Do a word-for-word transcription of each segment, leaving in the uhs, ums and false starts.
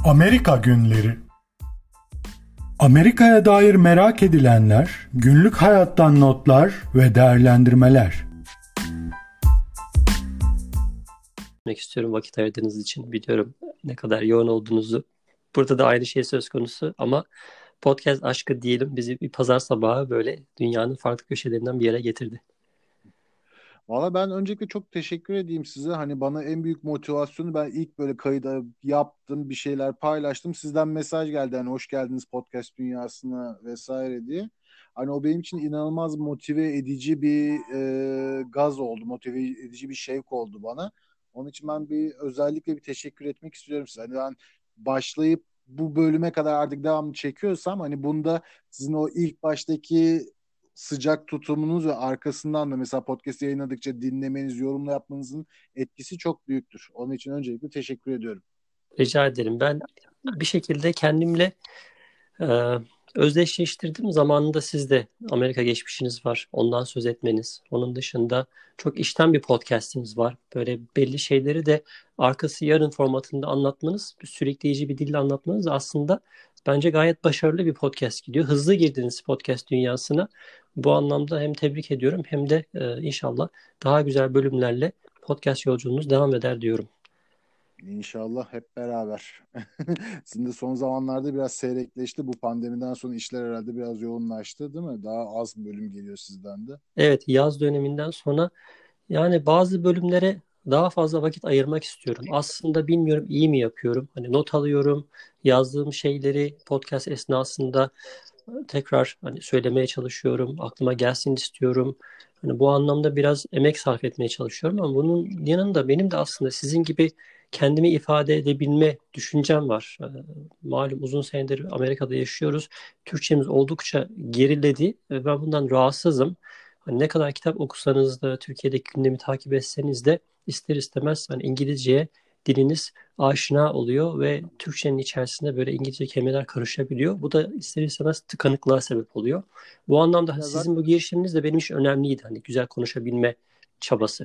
Amerika Günleri. Amerika'ya dair merak edilenler, günlük hayattan notlar ve değerlendirmeler. Demek istiyorum vakit ayırdığınız için. Biliyorum ne kadar yoğun olduğunuzu. Burada da aynı şey söz konusu ama podcast aşkı diyelim bizi bir pazar sabahı böyle dünyanın farklı köşelerinden bir yere getirdi. Valla ben öncelikle çok teşekkür edeyim size. Hani bana en büyük motivasyonu ben ilk böyle kayıda yaptım, bir şeyler paylaştım. Sizden mesaj geldi hani hoş geldiniz podcast dünyasına vesaire diye. Hani o benim için inanılmaz motive edici bir e, gaz oldu, motive edici bir şevk oldu bana. Onun için ben bir özellikle bir teşekkür etmek istiyorum size. Hani ben başlayıp bu bölüme kadar artık devamlı çekiyorsam hani bunda sizin o ilk baştaki sıcak tutumunuz ve arkasından da mesela podcast yayınladıkça dinlemeniz, yorum yapmanızın etkisi çok büyüktür. Onun için öncelikle teşekkür ediyorum. Rica ederim. Ben bir şekilde kendimle e, özdeşleştirdim. Zamanında sizde Amerika geçmişiniz var. Ondan söz etmeniz. Onun dışında çok işten bir podcastiniz var. Böyle belli şeyleri de arkası yarın formatında anlatmanız, sürükleyici bir dille anlatmanız aslında bence gayet başarılı bir podcast gidiyor. Hızlı girdiniz podcast dünyasına. Bu anlamda hem tebrik ediyorum hem de e, inşallah daha güzel bölümlerle podcast yolculuğunuz devam eder diyorum. İnşallah hep beraber. Sizin de son zamanlarda biraz seyrekleşti. Bu pandemiden sonra işler herhalde biraz yoğunlaştı, değil mi? Daha az bölüm geliyor sizden de. Evet, yaz döneminden sonra yani bazı bölümlere daha fazla vakit ayırmak istiyorum. Aslında bilmiyorum iyi mi yapıyorum. Hani not alıyorum, yazdığım şeyleri podcast esnasında tekrar hani söylemeye çalışıyorum. Aklıma gelsin istiyorum. Hani bu anlamda biraz emek sarf etmeye çalışıyorum ama bunun yanında benim de aslında sizin gibi kendimi ifade edebilme düşüncem var. Ee, Malum uzun senedir Amerika'da yaşıyoruz. Türkçemiz oldukça geriledi ve ben bundan rahatsızım. Hani ne kadar kitap okusanız da Türkiye'deki gündemi takip etseniz de ister istemez hani İngilizceye diliniz aşina oluyor ve Türkçenin içerisinde böyle İngilizce kelimeler karışabiliyor. Bu da ister istemez tıkanıklığa sebep oluyor. Bu anlamda hani Ya sizin bu zaten girişiminiz de benim için önemliydi. Hani güzel konuşabilme çabası.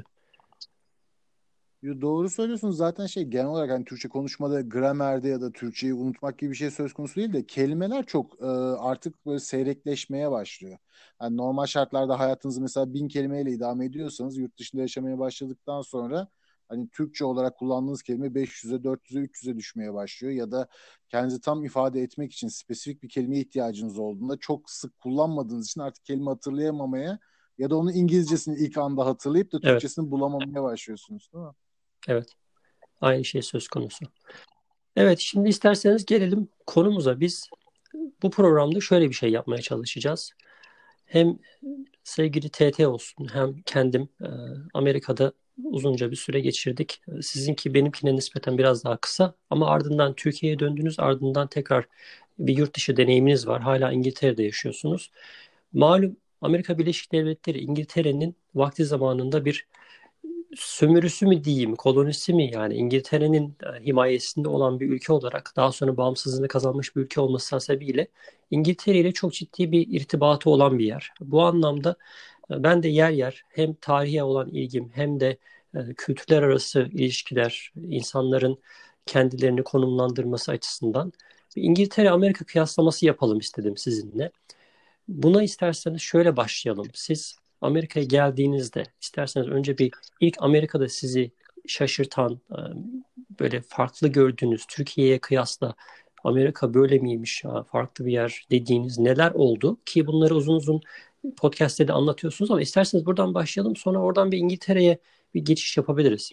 Yo, doğru söylüyorsunuz. Zaten şey genel olarak hani Türkçe konuşmada gramerde ya da Türkçeyi unutmak gibi bir şey söz konusu değil de kelimeler çok e, artık böyle seyrekleşmeye başlıyor. Yani normal şartlarda hayatınızı mesela bin kelimeyle idame ediyorsanız yurt dışında yaşamaya başladıktan sonra hani Türkçe olarak kullandığınız kelime beş yüze, dört yüze, üç yüze düşmeye başlıyor ya da kendinizi tam ifade etmek için spesifik bir kelimeye ihtiyacınız olduğunda çok sık kullanmadığınız için artık kelime hatırlayamamaya ya da onun İngilizcesini ilk anda hatırlayıp da Evet, Türkçesini bulamamaya başlıyorsunuz, değil mi? evet. Aynı şey söz konusu. Evet, şimdi isterseniz gelelim konumuza. Biz bu programda şöyle bir şey yapmaya çalışacağız. Hem sevgili T T olsun hem kendim e, Amerika'da uzunca bir süre geçirdik. E, Sizinki benimkine nispeten biraz daha kısa ama ardından Türkiye'ye döndünüz, ardından tekrar bir yurt dışı deneyiminiz var. Hala İngiltere'de yaşıyorsunuz. Malum Amerika Birleşik Devletleri İngiltere'nin vakti zamanında bir sömürüsü mü diyeyim, kolonisi mi yani İngiltere'nin e, himayesinde olan bir ülke olarak daha sonra bağımsızlığını kazanmış bir ülke olması hasebiyle İngiltere ile çok ciddi bir irtibatı olan bir yer. Bu anlamda e, ben de yer yer hem tarihe olan ilgim hem de e, kültürler arası ilişkiler, insanların kendilerini konumlandırması açısından bir İngiltere-Amerika kıyaslaması yapalım istedim sizinle. Buna isterseniz şöyle başlayalım. Siz Amerika'ya geldiğinizde isterseniz önce bir ilk Amerika'da sizi şaşırtan, e, böyle farklı gördüğünüz Türkiye'ye kıyasla Amerika böyle miymiş ya, farklı bir yer dediğiniz neler oldu ki bunları uzun uzun podcast'te de anlatıyorsunuz ama isterseniz buradan başlayalım sonra oradan bir İngiltere'ye bir geçiş yapabiliriz.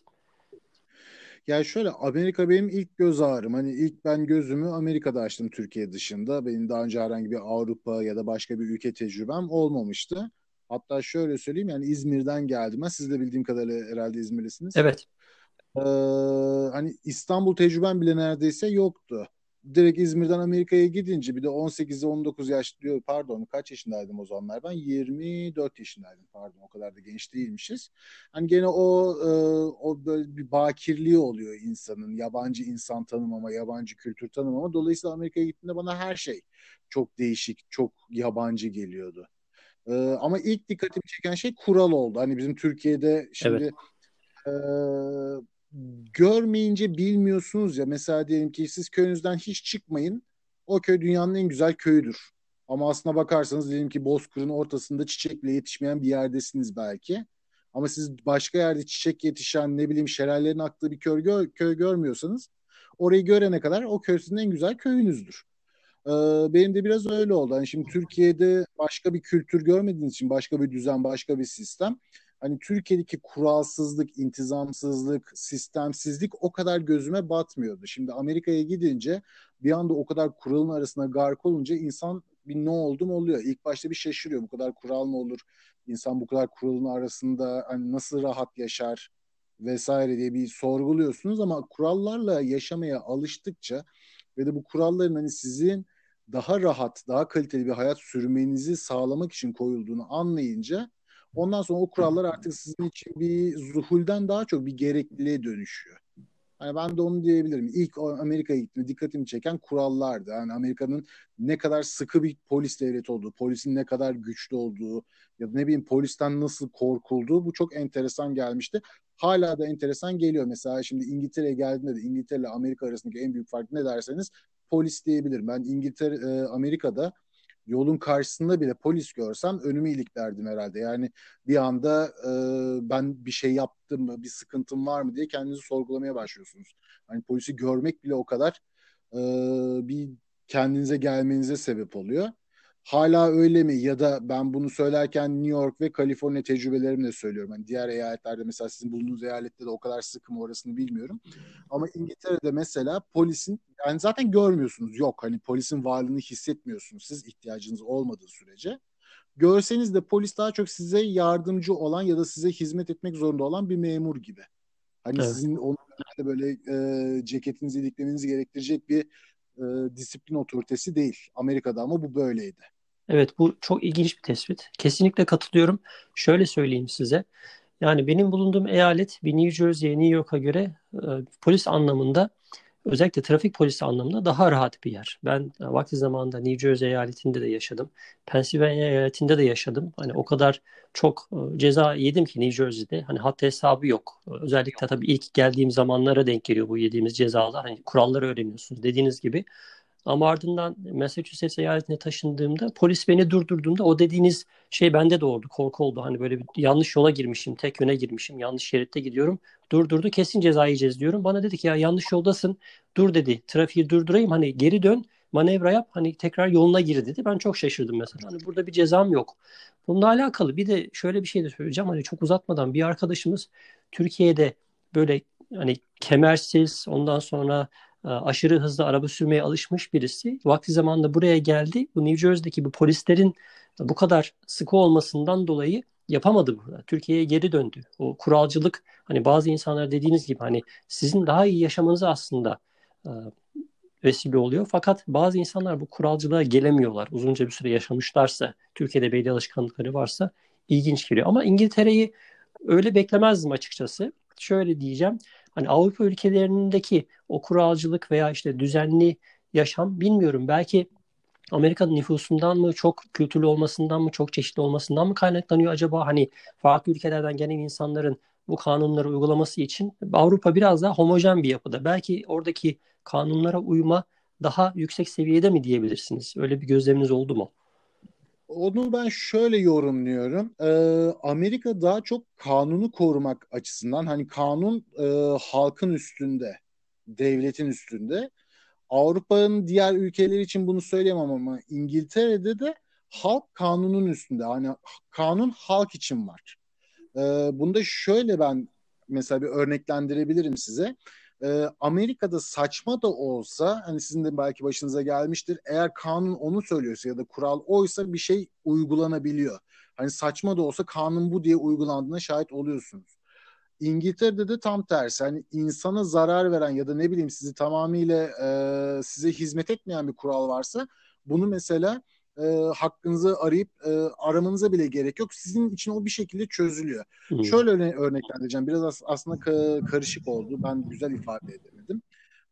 Ya şöyle Amerika benim ilk göz ağrım. Hani ilk ben gözümü Amerika'da açtım Türkiye dışında. Benim daha önce herhangi bir Avrupa ya da başka bir ülke tecrübem olmamıştı. Hatta şöyle söyleyeyim yani İzmir'den geldim. Ben siz de bildiğim kadarıyla herhalde İzmirlisiniz. Evet, Ee, Hani İstanbul tecrübem bile neredeyse yoktu. Direkt İzmir'den Amerika'ya gidince bir de on sekiz on dokuz yaş diyor pardon kaç yaşındaydım o zamanlar ben yirmi dört yaşındaydım pardon o kadar da genç değilmişiz. Hani gene o e, o böyle bir bakirliği oluyor insanın yabancı insan tanımama yabancı kültür tanımama dolayısıyla Amerika'ya gittiğimde bana her şey çok değişik çok yabancı geliyordu. Ee, ama ilk dikkatimi çeken şey kural oldu. Hani bizim Türkiye'de evet, şimdi ee, görmeyince bilmiyorsunuz ya. Mesela diyelim ki siz köyünüzden hiç çıkmayın. O köy dünyanın en güzel köyüdür. Ama aslına bakarsanız diyelim ki Bozkır'ın ortasında çiçek bile yetişmeyen bir yerdesiniz belki. Ama siz başka yerde çiçek yetişen, ne bileyim, şelalelerin aktığı bir köy, gö- köy görmüyorsanız, orayı görene kadar o köy sizin en güzel köyünüzdür. Ee, Benim de biraz öyle oldu. Hani şimdi Türkiye'de başka bir kültür görmediğiniz için, başka bir düzen, başka bir sistem. Hani Türkiye'deki kuralsızlık, intizamsızlık, sistemsizlik o kadar gözüme batmıyordu. Şimdi Amerika'ya gidince bir anda o kadar kuralın arasına gark olunca insan bir ne oldu mu oluyor. İlk başta bir şaşırıyor. Bu kadar kural mı olur? İnsan bu kadar kuralın arasında hani nasıl rahat yaşar vesaire diye bir sorguluyorsunuz, ama kurallarla yaşamaya alıştıkça ve de bu kuralların hani sizin daha rahat, daha kaliteli bir hayat sürmenizi sağlamak için koyulduğunu anlayınca, ondan sonra o kurallar artık sizin için bir zuhulden daha çok bir gerekliliğe dönüşüyor. Hani ben de onu diyebilirim. İlk Amerika'ya gittiğimde dikkatimi çeken kurallardı. Yani Amerika'nın ne kadar sıkı bir polis devleti olduğu, polisin ne kadar güçlü olduğu ya da ne bileyim polisten nasıl korkulduğu, bu çok enteresan gelmişti. Hala da enteresan geliyor. Mesela şimdi İngiltere'ye geldiğinde de İngiltere ile Amerika arasındaki en büyük fark ne derseniz polis diyebilirim. Ben İngiltere, e, Amerika'da yolun karşısında bile polis görsem önümü iliklerdim herhalde. Yani bir anda e, ben bir şey yaptım mı, bir sıkıntım var mı diye kendinizi sorgulamaya başlıyorsunuz. Hani polisi görmek bile o kadar e, bir kendinize gelmenize sebep oluyor. Hala öyle mi? Ya da ben bunu söylerken New York ve Kaliforniya tecrübelerimle söylüyorum. Hani diğer eyaletlerde, mesela sizin bulunduğunuz eyalette de o kadar sıkı mı orasını bilmiyorum. Ama İngiltere'de mesela polisin, yani zaten görmüyorsunuz. Yok, hani polisin varlığını hissetmiyorsunuz siz, ihtiyacınız olmadığı sürece. Görseniz de polis daha çok size yardımcı olan ya da size hizmet etmek zorunda olan bir memur gibi. Hani Evet. sizin onun böyle e, ceketinizi iliklemenizi gerektirecek bir e, disiplin otoritesi değil. Amerika'da ama bu böyleydi. Evet, bu çok ilginç bir tespit. Kesinlikle katılıyorum. Şöyle söyleyeyim size. Yani benim bulunduğum eyalet bir New Jersey'ye, New York'a göre e, polis anlamında, özellikle trafik polisi anlamında daha rahat bir yer. Ben e, vakti zamanında New Jersey eyaletinde de yaşadım. Pennsylvania eyaletinde de yaşadım. Hani o kadar çok e, ceza yedim ki New Jersey'de. Hani haddi hesabı yok. E, Özellikle tabii ilk geldiğim zamanlara denk geliyor bu yediğimiz cezalar. Hani kuralları öğreniyorsunuz dediğiniz gibi. Ama ardından Massachusetts eyaletine taşındığımda polis beni durdurduğunda o dediğiniz şey bende de oldu. Korku oldu. Hani böyle bir yanlış yola girmişim, tek yöne girmişim, yanlış şeritte gidiyorum. Durdurdu, kesin ceza yiyeceğiz diyorum. Bana dedi ki ya yanlış yoldasın. Dur dedi. Trafiği durdurayım, hani geri dön, manevra yap, hani tekrar yoluna gir dedi. Ben çok şaşırdım mesela. Hani burada bir cezam yok. Bununla alakalı bir de şöyle bir şey de söyleyeceğim. Hani çok uzatmadan, bir arkadaşımız Türkiye'de böyle hani kemersiz, ondan sonra e, aşırı hızlı araba sürmeye alışmış birisi. Vakti zamanında buraya geldi. Bu New Jersey'deki bu polislerin bu kadar sıkı olmasından dolayı yapamadı burada. Türkiye'ye geri döndü. O kuralcılık, hani bazı insanlar dediğiniz gibi hani sizin daha iyi yaşamanızı aslında e, vesile oluyor. Fakat bazı insanlar bu kuralcılığa gelemiyorlar. Uzunca bir süre yaşamışlarsa, Türkiye'de belli alışkanlıkları varsa ilginç geliyor. Ama İngiltere'yi öyle beklemezdim açıkçası. Şöyle diyeceğim. Hani Avrupa ülkelerindeki o kuralcılık veya işte düzenli yaşam, bilmiyorum. Belki Amerika'nın nüfusundan mı, çok kültürlü olmasından mı, çok çeşitli olmasından mı kaynaklanıyor acaba? Hani farklı ülkelerden gelen insanların bu kanunları uygulaması için Avrupa biraz daha homojen bir yapıda. Belki oradaki kanunlara uyma daha yüksek seviyede mi diyebilirsiniz? Öyle bir gözleminiz oldu mu? Onu ben şöyle yorumluyorum. Ee, Amerika daha çok kanunu korumak açısından, hani kanun e, halkın üstünde, devletin üstünde. Avrupa'nın diğer ülkeleri için bunu söyleyemem, ama İngiltere'de de halk kanunun üstünde. Hani kanun halk için var. Ee, Bunda şöyle ben mesela bir örneklendirebilirim size. Ee, Amerika'da saçma da olsa, hani sizin de belki başınıza gelmiştir. Eğer kanun onu söylüyorsa ya da kural oysa bir şey uygulanabiliyor. Hani saçma da olsa kanun bu diye uygulandığına şahit oluyorsunuz. İngiltere'de de tam tersi. Hani insana zarar veren ya da ne bileyim sizi tamamıyla e, size hizmet etmeyen bir kural varsa, bunu mesela e, hakkınızı arayıp e, aramanıza bile gerek yok. Sizin için o bir şekilde çözülüyor. Hmm. Şöyle örne- örneklendireceğim. Biraz as- aslında ka- karışık oldu. Ben güzel ifade edemedim.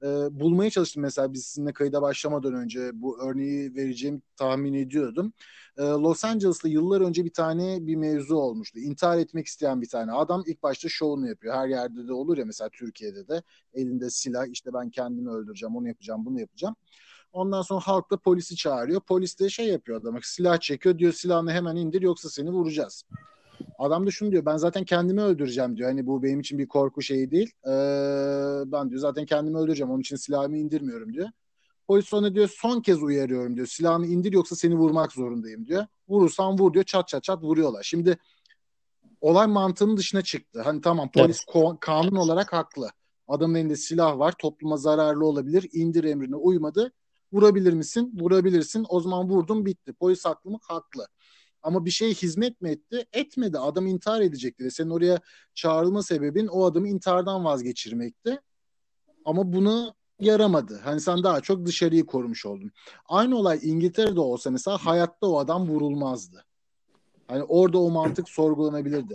e, bulmaya çalıştım mesela biz sizinle kayıda başlamadan önce bu örneği vereceğimi tahmin ediyordum. E, Los Angeles'ta yıllar önce bir tane bir mevzu olmuştu. İntihar etmek isteyen bir tane adam ilk başta şovunu yapıyor. Her yerde de olur ya, mesela Türkiye'de de elinde silah, işte ben kendimi öldüreceğim, onu yapacağım, bunu yapacağım. Ondan sonra halk da polisi çağırıyor. Polis de şey yapıyor, adama silah çekiyor, diyor silahını hemen indir yoksa seni vuracağız. Adam da şunu diyor, ben zaten kendimi öldüreceğim diyor. Hani bu benim için bir korku şeyi değil. Ee, ben diyor zaten kendimi öldüreceğim, onun için silahımı indirmiyorum diyor. Polis sonra diyor son kez uyarıyorum diyor. Silahını indir yoksa seni vurmak zorundayım diyor. Vurursan vur diyor, çat çat çat vuruyorlar. Şimdi olay mantığının dışına çıktı. Hani tamam, polis Evet. ko- kanun olarak haklı. Adamın elinde silah var, topluma zararlı olabilir. İndir emrine uymadı. Vurabilir misin? Vurabilirsin. O zaman vurdum, bitti. Polis haklı mı? Haklı. Ama bir şeye hizmet mi etti? Etmedi. Adam intihar edecekti. Senin oraya çağrılma sebebin o adamı intihardan vazgeçirmekti. Ama bunu yaramadı. Hani sen daha çok dışarıyı korumuş oldun. Aynı olay İngiltere'de olsa mesela hayatta o adam vurulmazdı. Hani orada o mantık sorgulanabilirdi.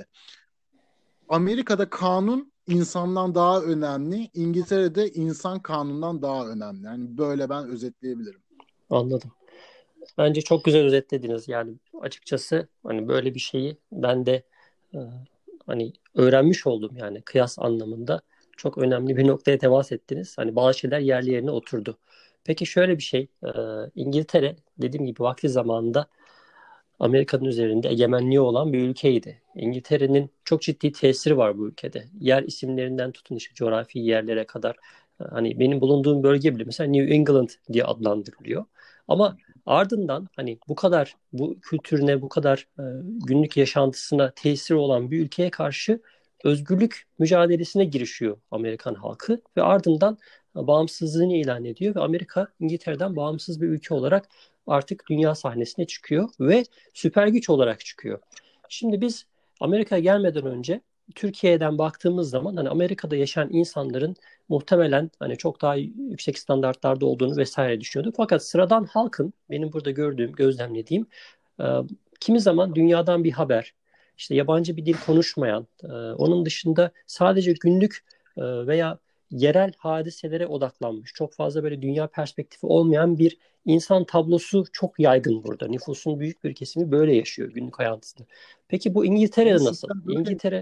Amerika'da kanun insandan daha önemli. İngiltere'de insan kanundan daha önemli. Yani böyle ben özetleyebilirim. Anladım. Bence çok güzel özetlediniz. Yani açıkçası hani böyle bir şeyi ben de e, hani öğrenmiş oldum, yani kıyas anlamında çok önemli bir noktaya temas ettiniz. Hani bazı şeyler yerli yerine oturdu. Peki şöyle bir şey, e, İngiltere dediğim gibi vakti zamanında Amerika'nın üzerinde egemenliği olan bir ülkeydi. İngiltere'nin çok ciddi tesiri var bu ülkede. Yer isimlerinden tutun işte coğrafi yerlere kadar. Hani benim bulunduğum bölge bile mesela New England diye adlandırılıyor. Ama ardından hani bu kadar bu kültürüne, bu kadar e, günlük yaşantısına tesiri olan bir ülkeye karşı özgürlük mücadelesine girişiyor Amerikan halkı ve ardından bağımsızlığını ilan ediyor ve Amerika İngiltere'den bağımsız bir ülke olarak artık dünya sahnesine çıkıyor ve süper güç olarak çıkıyor. Şimdi biz Amerika'ya gelmeden önce Türkiye'den baktığımız zaman hani Amerika'da yaşayan insanların muhtemelen hani çok daha yüksek standartlarda olduğunu vesaire düşünüyorduk. Fakat sıradan halkın benim burada gördüğüm, gözlemlediğim e, kimi zaman dünyadan bir haber, işte yabancı bir dil konuşmayan, e, onun dışında sadece günlük e, veya yerel hadiselere odaklanmış, çok fazla böyle dünya perspektifi olmayan bir insan tablosu çok yaygın burada. Nüfusun büyük bir kesimi böyle yaşıyor günlük hayatında. Peki bu Ama İngiltere'de nasıl? sistem böyle. İngiltere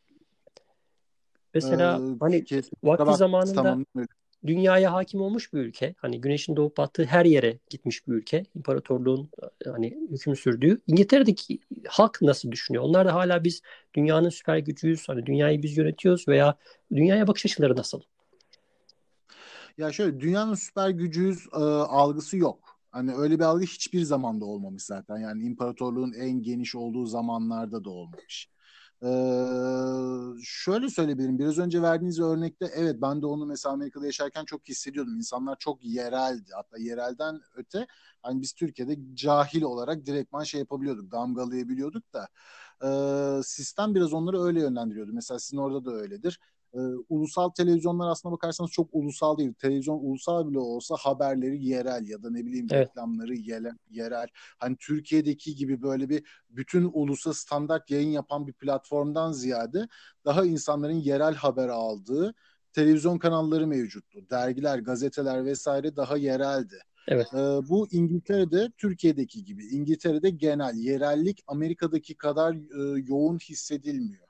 Ee, mesela hani kesinlikle vakti bak, zamanında tamam. dünyaya hakim olmuş bir ülke. Hani güneşin doğup battığı her yere gitmiş bir ülke. İmparatorluğun hani hüküm sürdüğü. İngiltere'deki halk nasıl düşünüyor? Onlar da hala biz dünyanın süper gücüyüz. Hani dünyayı biz yönetiyoruz veya dünyaya bakış açıları nasıl? Ya şöyle, dünyanın süper gücüyüz e, algısı yok. Hani öyle bir algı hiçbir zamanda olmamış zaten. Yani imparatorluğun en geniş olduğu zamanlarda da olmamış. Ee, şöyle söyleyebilirim. Biraz önce verdiğiniz örnekte evet, ben de onu mesela Amerika'da yaşarken çok hissediyordum. İnsanlar çok yereldi. Hatta yerelden öte hani biz Türkiye'de cahil olarak direktman şey yapabiliyorduk. Damgalayabiliyorduk da e, sistem biraz onları öyle yönlendiriyordu. Mesela sizin orada da öyledir. Ee, ulusal televizyonlar aslına bakarsanız çok ulusal değil. Televizyon ulusal bile olsa haberleri yerel ya da ne bileyim Evet, reklamları yerel. yerel. Hani Türkiye'deki gibi böyle bir bütün ulusa standart yayın yapan bir platformdan ziyade daha insanların yerel haber aldığı televizyon kanalları mevcuttu. Dergiler, gazeteler vesaire daha yereldi. evet. Ee, bu İngiltere'de Türkiye'deki gibi. İngiltere'de genel yerellik Amerika'daki kadar e, yoğun hissedilmiyor.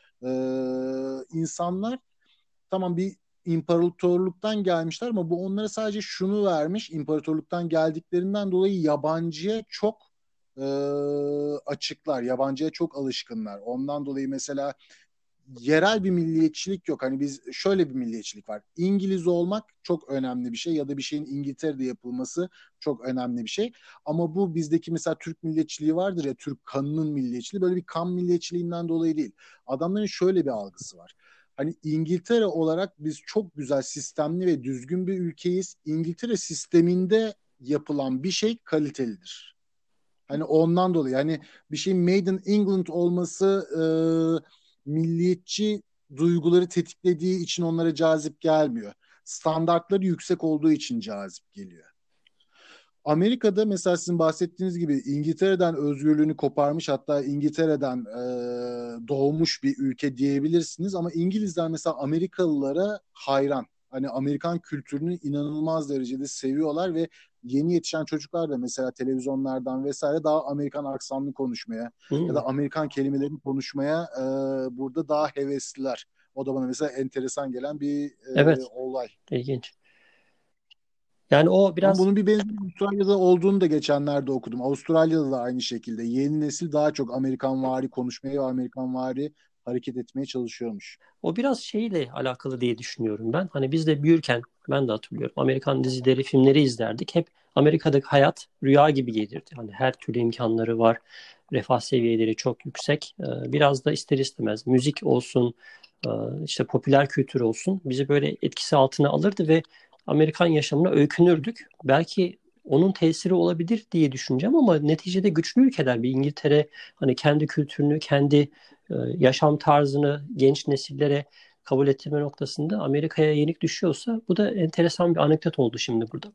Ee, insanlar tamam bir imparatorluktan gelmişler ama bu onlara sadece şunu vermiş: imparatorluktan geldiklerinden dolayı yabancıya çok e, açıklar, yabancıya çok alışkınlar. Ondan dolayı mesela yerel bir milliyetçilik yok. Hani biz şöyle bir milliyetçilik var. İngiliz olmak çok önemli bir şey ya da bir şeyin İngiltere'de yapılması çok önemli bir şey. Ama bu bizdeki mesela Türk milliyetçiliği vardır ya, Türk kanının milliyetçiliği, böyle bir kan milliyetçiliğinden dolayı değil. Adamların şöyle bir algısı var. Hani İngiltere olarak biz çok güzel, sistemli ve düzgün bir ülkeyiz. İngiltere sisteminde yapılan bir şey kalitelidir. Hani ondan dolayı yani bir şeyin Made in England olması e, milliyetçi duyguları tetiklediği için onlara cazip gelmiyor. Standartları yüksek olduğu için cazip geliyor. Amerika'da mesela sizin bahsettiğiniz gibi İngiltere'den özgürlüğünü koparmış, hatta İngiltere'den e, doğmuş bir ülke diyebilirsiniz ama İngilizler mesela Amerikalılara hayran. hani Amerikan kültürünü inanılmaz derecede seviyorlar ve yeni yetişen çocuklar da mesela televizyonlardan vesaire daha Amerikan aksanlı konuşmaya ya Hmm, da Amerikan kelimelerini konuşmaya e, burada daha hevesliler. O da bana mesela enteresan gelen bir e, evet, olay. ilginç. Yani o Ama biraz bunun bir benzeri Avustralya'da olduğunu da geçenlerde okudum. Avustralya'da da aynı şekilde yeni nesil daha çok Amerikanvari konuşmaya ve Amerikanvari hareket etmeye çalışıyormuş. o biraz şeyle alakalı diye düşünüyorum ben. Hani biz de büyürken ben de hatırlıyorum. Amerikan dizileri, filmleri izlerdik. Hep Amerika'daki hayat rüya gibi gelirdi. Hani her türlü imkanları var. Refah seviyeleri çok yüksek. Ee, Biraz da ister istemez müzik olsun, e, işte popüler kültür olsun bizi böyle etkisi altına alırdı ve Amerikan yaşamına öykünürdük. Belki onun tesiri olabilir diye düşüneceğim ama neticede güçlü ülkeler bir İngiltere hani kendi kültürünü, kendi e, yaşam tarzını genç nesillere kabul ettirme noktasında Amerika'ya yenik düşüyorsa bu da enteresan bir anekdot oldu şimdi burada.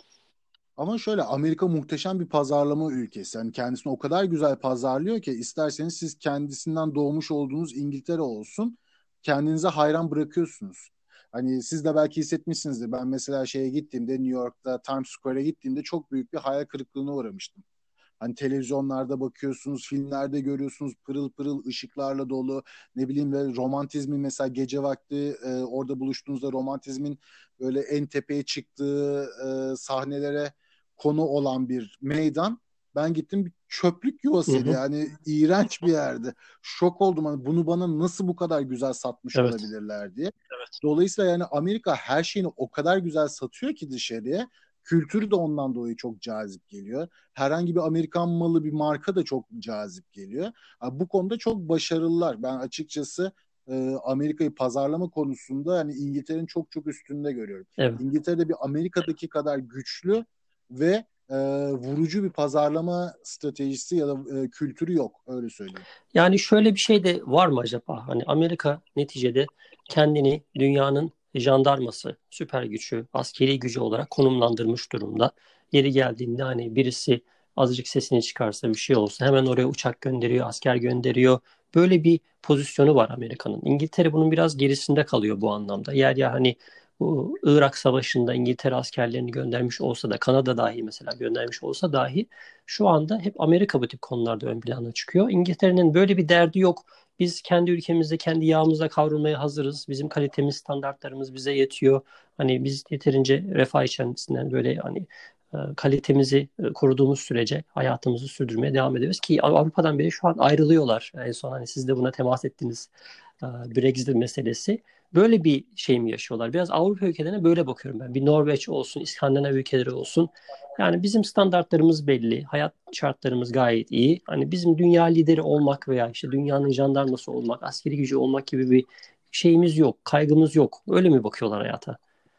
Ama şöyle Amerika muhteşem bir pazarlama ülkesi. Yani kendisini o kadar güzel pazarlıyor ki isterseniz siz kendisinden doğmuş olduğunuz İngiltere olsun kendinize hayran bırakıyorsunuz. Hani siz de belki hissetmişsinizdir. Ben mesela şeye gittiğimde New York'ta Times Square'e gittiğimde çok büyük bir hayal kırıklığına uğramıştım. Hani televizyonlarda bakıyorsunuz, filmlerde görüyorsunuz pırıl pırıl ışıklarla dolu ne bileyim ve romantizmin mesela gece vakti e, orada buluştuğunuzda romantizmin böyle en tepeye çıktığı e, sahnelere konu olan bir meydan. Ben gittim bir çöplük Hı yuvasıydı hı. yani iğrenç bir yerdi. Şok oldum hani bunu bana nasıl bu kadar güzel satmış Evet. olabilirler diye. Dolayısıyla yani Amerika her şeyini o kadar güzel satıyor ki dışarıya. Kültürü de ondan dolayı çok cazip geliyor. Herhangi bir Amerikan malı bir marka da çok cazip geliyor. Bu konuda çok başarılılar. Ben açıkçası e, Amerika'yı pazarlama konusunda yani İngiltere'nin çok çok üstünde görüyorum. Evet. İngiltere'de bir Amerika'daki kadar güçlü ve e, vurucu bir pazarlama stratejisi ya da e, kültürü yok. Öyle söyleyeyim. Yani şöyle bir şey de var mı acaba? Hani Amerika neticede kendini dünyanın jandarması, süper gücü, askeri gücü olarak konumlandırmış durumda. Yeri geldiğinde hani birisi azıcık sesini çıkarsa bir şey olsa hemen oraya uçak gönderiyor, asker gönderiyor. Böyle bir pozisyonu var Amerika'nın. İngiltere bunun biraz gerisinde kalıyor bu anlamda. Yer ya hani bu Irak Savaşı'nda İngiltere askerlerini göndermiş olsa da Kanada dahi mesela göndermiş olsa dahi şu anda hep Amerika bu tip konularda ön plana çıkıyor. İngiltere'nin böyle bir derdi yok. Biz kendi ülkemizde kendi yağımızla kavrulmaya hazırız. Bizim kalitemiz, standartlarımız bize yetiyor. Hani biz yeterince refah içerisinden böyle hani e, kalitemizi e, koruduğumuz sürece hayatımızı sürdürmeye devam ediyoruz ki Avrupa'dan beri şu an ayrılıyorlar. En son hani siz de buna temas ettiğiniz e, Brexit meselesi. Böyle bir şey mi yaşıyorlar? Biraz Avrupa ülkelerine böyle bakıyorum ben. Bir Norveç olsun, İskandinav ülkeleri olsun. Yani bizim standartlarımız belli, hayat şartlarımız gayet iyi. Hani bizim dünya lideri olmak veya işte dünyanın jandarması olmak, askeri gücü olmak gibi bir şeyimiz yok, kaygımız yok. Öyle mi bakıyorlar hayata?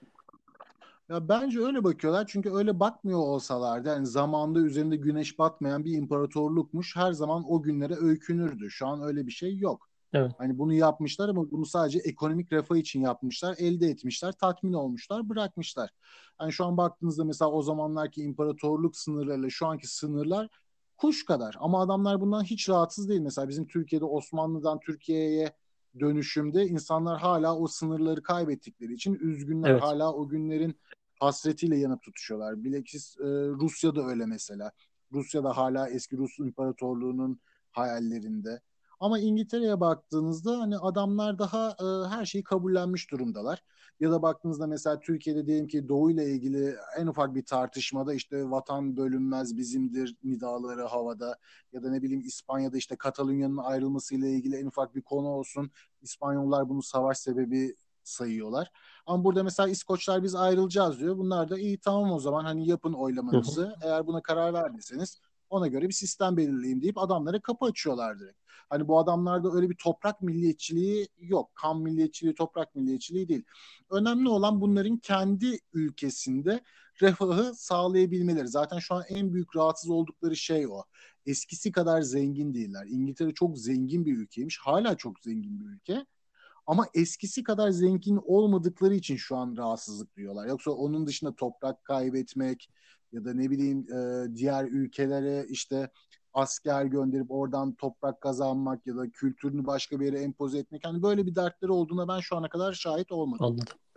Ya bence öyle bakıyorlar çünkü öyle bakmıyor olsalardı yani zamanda üzerinde güneş batmayan bir imparatorlukmuş her zaman o günlere öykünürdü. Şu an öyle bir şey yok. Evet, Hani bunu yapmışlar ama bunu sadece ekonomik refah için yapmışlar, elde etmişler, tatmin olmuşlar, bırakmışlar. Yani şu an baktığınızda mesela o zamanlarki imparatorluk sınırlarıyla şu anki sınırlar kuş kadar. Ama adamlar bundan hiç rahatsız değil. Mesela bizim Türkiye'de Osmanlı'dan Türkiye'ye dönüşümde insanlar hala o sınırları kaybettikleri için üzgünler. evet. Hala o günlerin hasretiyle yanıp tutuşuyorlar. Bilakis e, Rusya'da öyle mesela. Rusya'da hala eski Rus İmparatorluğu'nun hayallerinde. Ama İngiltere'ye baktığınızda hani adamlar daha e, her şeyi kabullenmiş durumdalar. Ya da baktığınızda mesela Türkiye'de diyelim ki Doğu ile ilgili en ufak bir tartışmada işte vatan bölünmez bizimdir nidaları havada ya da ne bileyim İspanya'da işte Katalunya'nın ayrılmasıyla ilgili en ufak bir konu olsun. İspanyollar bunu savaş sebebi sayıyorlar. Ama burada mesela İskoçlar biz ayrılacağız diyor. Bunlar da iyi tamam o zaman hani yapın Hı hı. oylamanızı. Eğer buna karar verdiyseniz ona göre bir sistem belirleyeyim deyip adamlara kapı açıyorlar direkt. Hani bu adamlarda öyle bir toprak milliyetçiliği yok. Kan milliyetçiliği, toprak milliyetçiliği değil. Önemli olan bunların kendi ülkesinde refahı sağlayabilmeleri. Zaten şu an en büyük rahatsız oldukları şey o. Eskisi kadar zengin değiller. İngiltere çok zengin bir ülkeymiş. Hala çok zengin bir ülke. Ama eskisi kadar zengin olmadıkları için şu an rahatsızlık duyuyorlar. Yoksa onun dışında toprak kaybetmek ya da ne bileyim e, diğer ülkelere işte asker gönderip oradan toprak kazanmak ya da kültürünü başka bir yere empoze etmek. Hani böyle bir dertleri olduğuna ben şu ana kadar şahit olmadım. Anladım.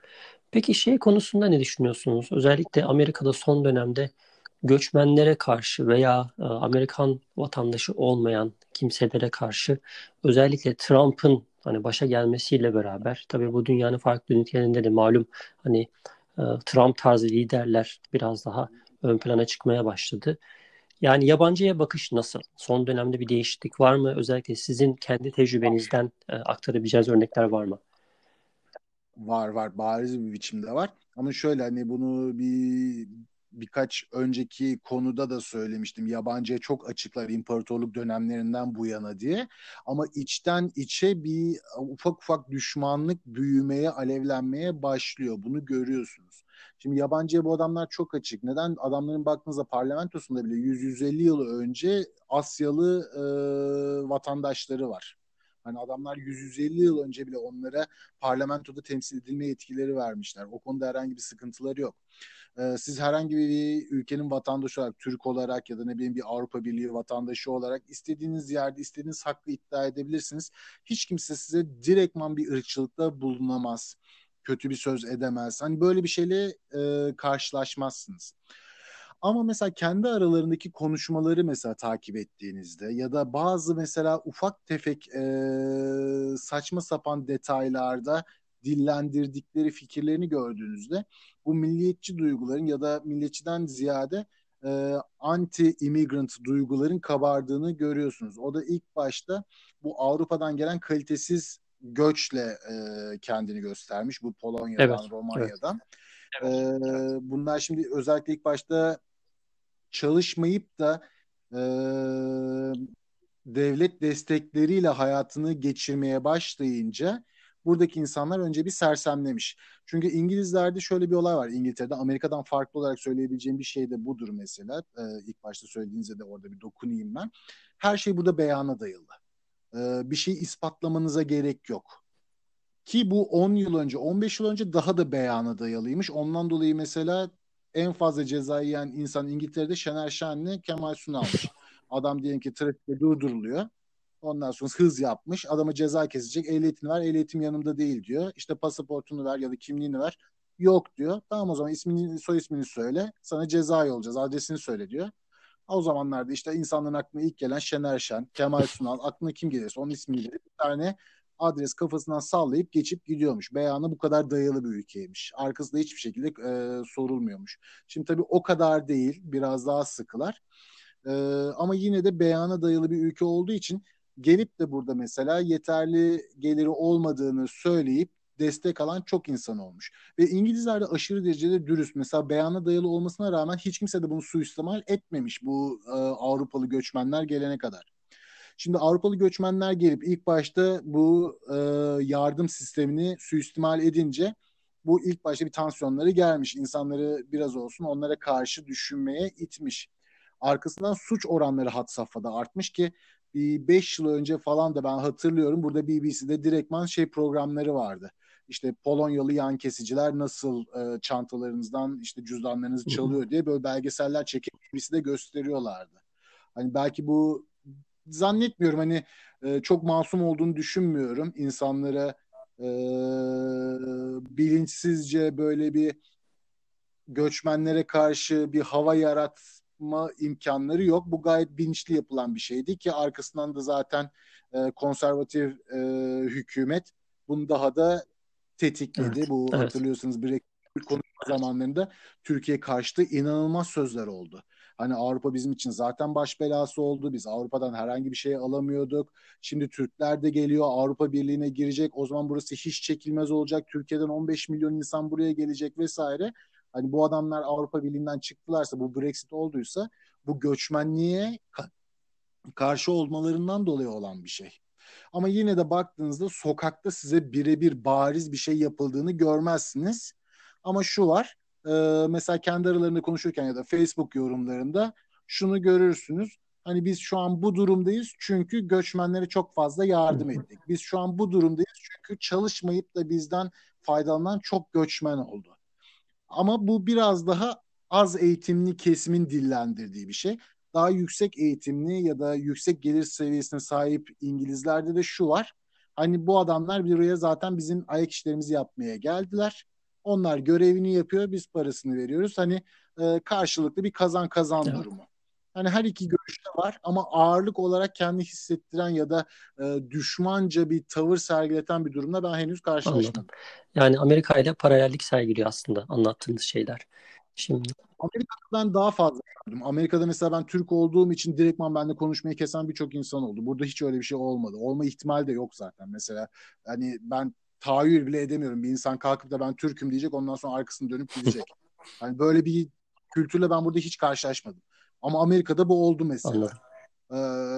Peki şey konusunda ne düşünüyorsunuz? Özellikle Amerika'da son dönemde göçmenlere karşı veya e, Amerikan vatandaşı olmayan kimselere karşı özellikle Trump'ın hani başa gelmesiyle beraber tabii bu dünyanın farklı ülkelerinde de malum hani e, Trump tarzı liderler biraz daha ön plana çıkmaya başladı. Yani yabancıya bakış nasıl? Son dönemde bir değişiklik var mı? Özellikle sizin kendi tecrübenizden e, aktarabileceğiniz örnekler var mı? Var var, bariz bir biçimde var. Ama şöyle, hani bunu bir birkaç önceki konuda da söylemiştim. Yabancıya çok açıklar imparatorluk dönemlerinden bu yana diye. Ama içten içe bir ufak ufak düşmanlık büyümeye, alevlenmeye başlıyor. Bunu görüyorsunuz. Şimdi yabancıya bu adamlar çok açık. Neden? Adamların baktığınızda parlamentosunda bile yüz yüz elli yıl önce Asyalı e, vatandaşları var. Hani adamlar yüz yüz elli yıl önce bile onlara parlamentoda temsil edilme yetkileri vermişler. O konuda herhangi bir sıkıntıları yok. Ee, siz herhangi bir ülkenin vatandaşı olarak, Türk olarak ya da ne bileyim bir Avrupa Birliği vatandaşı olarak istediğiniz yerde istediğiniz hakkı iddia edebilirsiniz. Hiç kimse size direktman bir ırkçılıkta bulunamaz. Kötü bir söz edemez. Hani böyle bir şeyle e, karşılaşmazsınız. Ama mesela kendi aralarındaki konuşmaları mesela takip ettiğinizde ya da bazı mesela ufak tefek e, saçma sapan detaylarda dillendirdikleri fikirlerini gördüğünüzde bu milliyetçi duyguların ya da milliyetçiden ziyade e, anti-immigrant duyguların kabardığını görüyorsunuz. O da ilk başta bu Avrupa'dan gelen kalitesiz göçle e, kendini göstermiş. Bu Evet, Polonya'dan, evet. Romanya'dan. Evet. E, bunlar şimdi özellikle ilk başta çalışmayıp da e, devlet destekleriyle hayatını geçirmeye başlayınca buradaki insanlar önce bir sersemlemiş. Çünkü İngilizlerde şöyle bir olay var. İngiltere'de Amerika'dan farklı olarak söyleyebileceğim bir şey de budur mesela. Ee, ilk başta söylediğinizde de orada bir dokunayım ben. Her şey burada beyana dayalı. Ee, bir şey ispatlamanıza gerek yok. Ki bu on yıl önce, on beş yıl önce daha da beyana dayalıymış. Ondan dolayı mesela en fazla ceza yiyen insan İngiltere'de Şener Şen'le Kemal Sunal'mış. Adam diyelim ki trafikte durduruluyor. Ondan sonra hız yapmış. Adama ceza kesecek. Ehliyetini ver. Ehliyetim yanımda değil diyor. İşte pasaportunu ver ya da kimliğini ver. Yok diyor. Tamam, o zaman ismini, soy ismini söyle. Sana ceza yollayacağız. Adresini söyle diyor. O zamanlarda işte insanların aklına ilk gelen Şener Şen, Kemal Sunal, aklına kim gelirse onun ismini verip bir tane adres kafasından sallayıp geçip gidiyormuş. Beyanı bu kadar dayalı bir ülkeymiş. Arkasında hiçbir şekilde e, sorulmuyormuş. Şimdi tabii o kadar değil, biraz daha sıkılar. E, ama yine de beyana dayalı bir ülke olduğu için gelip de burada mesela yeterli geliri olmadığını söyleyip destek alan çok insan olmuş. Ve İngilizler de aşırı derecede dürüst. Mesela beyana dayalı olmasına rağmen hiç kimse de bunu suistimal etmemiş bu e, Avrupalı göçmenler gelene kadar. Şimdi Avrupalı göçmenler gelip ilk başta bu e, yardım sistemini suistimal edince bu ilk başta bir tansiyonları gelmiş. İnsanları biraz olsun onlara karşı düşünmeye itmiş. Arkasından suç oranları had safhada artmış ki bir beş yıl önce falan da ben hatırlıyorum burada B B C'de direktman şey programları vardı. İşte Polonyalı yan kesiciler nasıl e, çantalarınızdan işte cüzdanlarınızı çalıyor diye böyle belgeseller çekip B B C'de gösteriyorlardı. Hani belki bu zannetmiyorum, hani e, çok masum olduğunu düşünmüyorum. İnsanlara e, bilinçsizce böyle bir göçmenlere karşı bir hava yaratma imkanları yok. Bu gayet bilinçli yapılan bir şeydi ki arkasından da zaten e, konservatif e, hükümet bunu daha da tetikledi. Evet, Bu evet. hatırlıyorsunuz Brexit konuşma zamanlarında Türkiye karşıtı inanılmaz sözler oldu. Hani Avrupa bizim için zaten baş belası oldu. Biz Avrupa'dan herhangi bir şey alamıyorduk. Şimdi Türkler de geliyor, Avrupa Birliği'ne girecek. O zaman burası hiç çekilmez olacak. Türkiye'den on beş milyon insan buraya gelecek vesaire. Hani bu adamlar Avrupa Birliği'nden çıktılarsa, bu Brexit olduysa bu göçmenliğe ka- karşı olmalarından dolayı olan bir şey. Ama yine de baktığınızda sokakta size birebir bariz bir şey yapıldığını görmezsiniz. Ama şu var, e, mesela kendi aralarında konuşurken ya da Facebook yorumlarında şunu görürsünüz. Hani biz şu an bu durumdayız çünkü göçmenlere çok fazla yardım ettik. Biz şu an bu durumdayız çünkü çalışmayıp da bizden faydalanan çok göçmen oldu. Ama bu biraz daha az eğitimli kesimin dillendirdiği bir şey. Daha yüksek eğitimli ya da yüksek gelir seviyesine sahip İngilizlerde de şu var. Hani bu adamlar buraya zaten bizim ayak işlerimizi yapmaya geldiler. Onlar görevini yapıyor, biz parasını veriyoruz. Hani e, karşılıklı bir kazan kazan Evet. durumu. Hani her iki görüş de var ama ağırlık olarak kendi hissettiren ya da e, düşmanca bir tavır sergileten bir durumda ben henüz Anladım. karşılaşmadım. Yani Amerika ile paralellik sergiliyor aslında anlattığınız şeyler. Şimdi Amerika'da ben daha fazla gördüm. Amerika'da mesela ben Türk olduğum için direktman benimle konuşmayı kesen birçok insan oldu. Burada hiç öyle bir şey olmadı. Olma ihtimali de yok zaten. Mesela hani ben tahayyül bile edemiyorum. Bir insan kalkıp da ben Türk'üm diyecek, ondan sonra arkasını dönüp gidecek. Hani böyle bir kültürle ben burada hiç karşılaşmadım. Ama Amerika'da bu oldu mesela. anladım. Ee,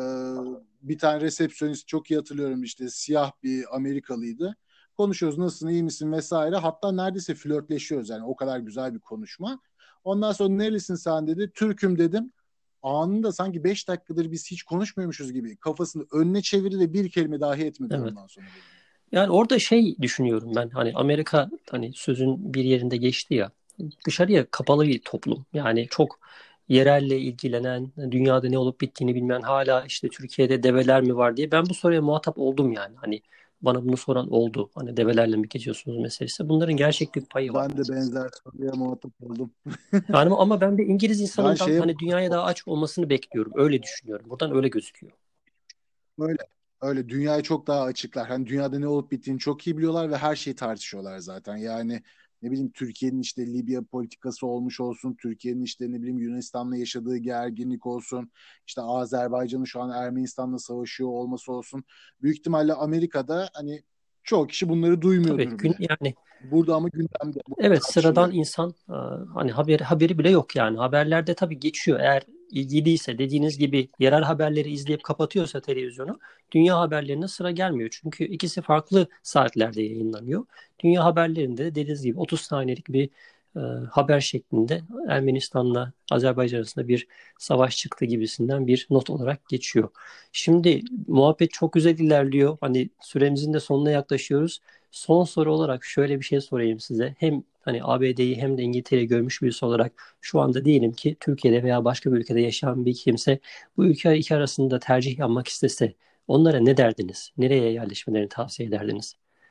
bir tane resepsiyonist, çok iyi hatırlıyorum, işte siyah bir Amerikalıydı. Konuşuyoruz, nasılsın, iyi misin vesaire. Hatta neredeyse flörtleşiyoruz, yani o kadar güzel bir konuşma. Ondan sonra nerelisin sen dedi. Türk'üm dedim. Anında sanki beş dakikadır biz hiç konuşmuyormuşuz gibi kafasını önüne çevirdi ve bir kelime dahi etmedi Evet. ondan sonra. Yani orada şey düşünüyorum ben, hani Amerika, hani sözün bir yerinde geçti ya, dışarıya kapalı bir toplum. Yani çok yerelle ilgilenen, dünyada ne olup bittiğini bilmeyen, hala işte Türkiye'de develer mi var diye ben bu soruya muhatap oldum yani. Hani bana bunu soran oldu. Hani develerle mi geziyorsunuz meselesi. Bunların gerçeklik payı var. Ben de benzer soruya muhatap oldum. Yani ama ben de İngiliz Ben insanından şeye hani dünyaya daha açık olmasını bekliyorum. Öyle düşünüyorum. Buradan öyle gözüküyor. Öyle. Öyle dünyayı çok daha açıklar. Hani dünyada ne olup bittiğini çok iyi biliyorlar ve her şeyi tartışıyorlar zaten. Yani ne bileyim, Türkiye'nin işte Libya politikası olmuş olsun, Türkiye'nin işte ne bileyim Yunanistan'la yaşadığı gerginlik olsun, işte Azerbaycan'ın şu an Ermenistan'la savaşıyor olması olsun. Büyük ihtimalle Amerika'da hani çoğu kişi bunları Tabii duymuyordur gün bile. yani Burada ama gündemde, bu evet, sıradan tartışılıyor. insan e, hani haberi haberi bile yok yani. Haberlerde tabii geçiyor. Eğer ilgiliyse, dediğiniz gibi yerel haberleri izleyip kapatıyorsa televizyonu, dünya haberlerine sıra gelmiyor. Çünkü ikisi farklı saatlerde yayınlanıyor. Dünya haberlerinde de dediğiniz gibi otuz saniyelik bir e, haber şeklinde Ermenistan'la Azerbaycan arasında bir savaş çıktı gibisinden bir not olarak geçiyor. Şimdi muhabbet çok güzel ilerliyor. Hani süremizin de sonuna yaklaşıyoruz. Son soru olarak şöyle bir şey sorayım size. Hem hani A B D'yi hem de İngiltere'yi görmüş birisi olarak, şu anda diyelim ki Türkiye'de veya başka bir ülkede yaşayan bir kimse bu ülke iki arasında tercih yapmak istese, onlara ne derdiniz? Nereye yerleşmelerini tavsiye ederdiniz?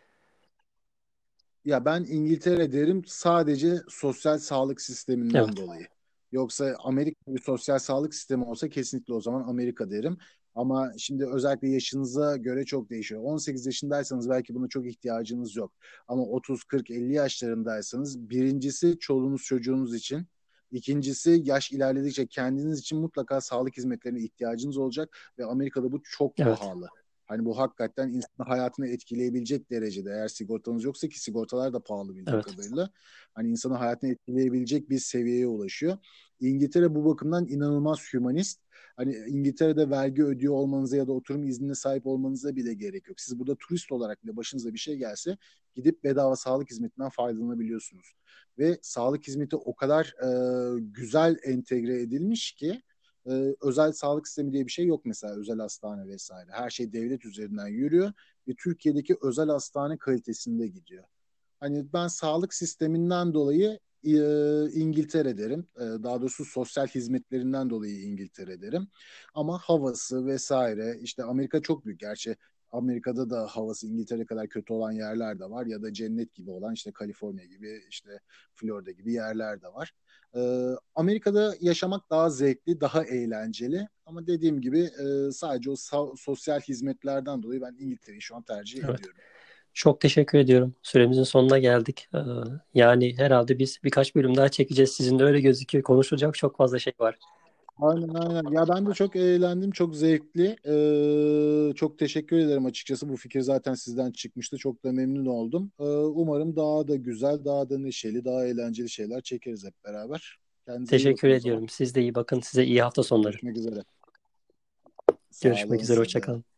Ya ben İngiltere derim, sadece sosyal sağlık sisteminden Evet, dolayı. Yoksa Amerika bir sosyal sağlık sistemi olsa kesinlikle o zaman Amerika derim. Ama şimdi özellikle yaşınıza göre çok değişiyor. on sekiz yaşındaysanız belki buna çok ihtiyacınız yok. Ama otuz, kırk, elli yaşlarındaysanız, birincisi çoluğunuz çocuğunuz için, İkincisi yaş ilerledikçe kendiniz için mutlaka sağlık hizmetlerine ihtiyacınız olacak ve Amerika'da bu çok evet, pahalı. Hani bu hakikaten insanın hayatını etkileyebilecek derecede, eğer sigortanız yoksa, ki sigortalar da pahalı bildiğim evet. kadarıyla, hani insanın hayatını etkileyebilecek bir seviyeye ulaşıyor. İngiltere bu bakımdan inanılmaz hümanist. Hani İngiltere'de vergi ödüyor olmanıza ya da oturum iznine sahip olmanıza bile gerek yok. Siz burada turist olarak bile başınıza bir şey gelse gidip bedava sağlık hizmetinden faydalanabiliyorsunuz. Ve sağlık hizmeti o kadar e, güzel entegre edilmiş ki ee, özel sağlık sistemi diye bir şey yok mesela, özel hastane vesaire. Her şey devlet üzerinden yürüyor ve Türkiye'deki özel hastane kalitesinde gidiyor. Hani ben sağlık sisteminden dolayı e, İngiltere derim. E, daha doğrusu sosyal hizmetlerinden dolayı İngiltere derim. Ama havası vesaire, işte Amerika çok büyük. Gerçi Amerika'da da havası İngiltere kadar kötü olan yerler de var ya da cennet gibi olan işte Kaliforniya gibi, işte Florida gibi yerler de var. E, Amerika'da yaşamak daha zevkli, daha eğlenceli. Ama dediğim gibi e, sadece o sa- sosyal hizmetlerden dolayı ben İngiltere'yi şu an tercih Evet. ediyorum. Çok teşekkür ediyorum. Süremizin sonuna geldik. Ee, yani herhalde biz birkaç bölüm daha çekeceğiz. Sizin de öyle gözüküyor. Konuşulacak çok fazla şey var. Aynen aynen. Ya ben de çok eğlendim, çok zevkli. Ee, çok teşekkür ederim açıkçası. Bu fikir zaten sizden çıkmıştı. Çok da memnun oldum. Ee, umarım daha da güzel, daha da neşeli, daha eğlenceli şeyler çekeriz hep beraber. Kendinize iyi Teşekkür bakın o zaman. ediyorum. Siz de iyi bakın. Size iyi hafta sonları. Görüşmek üzere. Sağ Görüşmek olun üzere. size de. Hoşça kalın.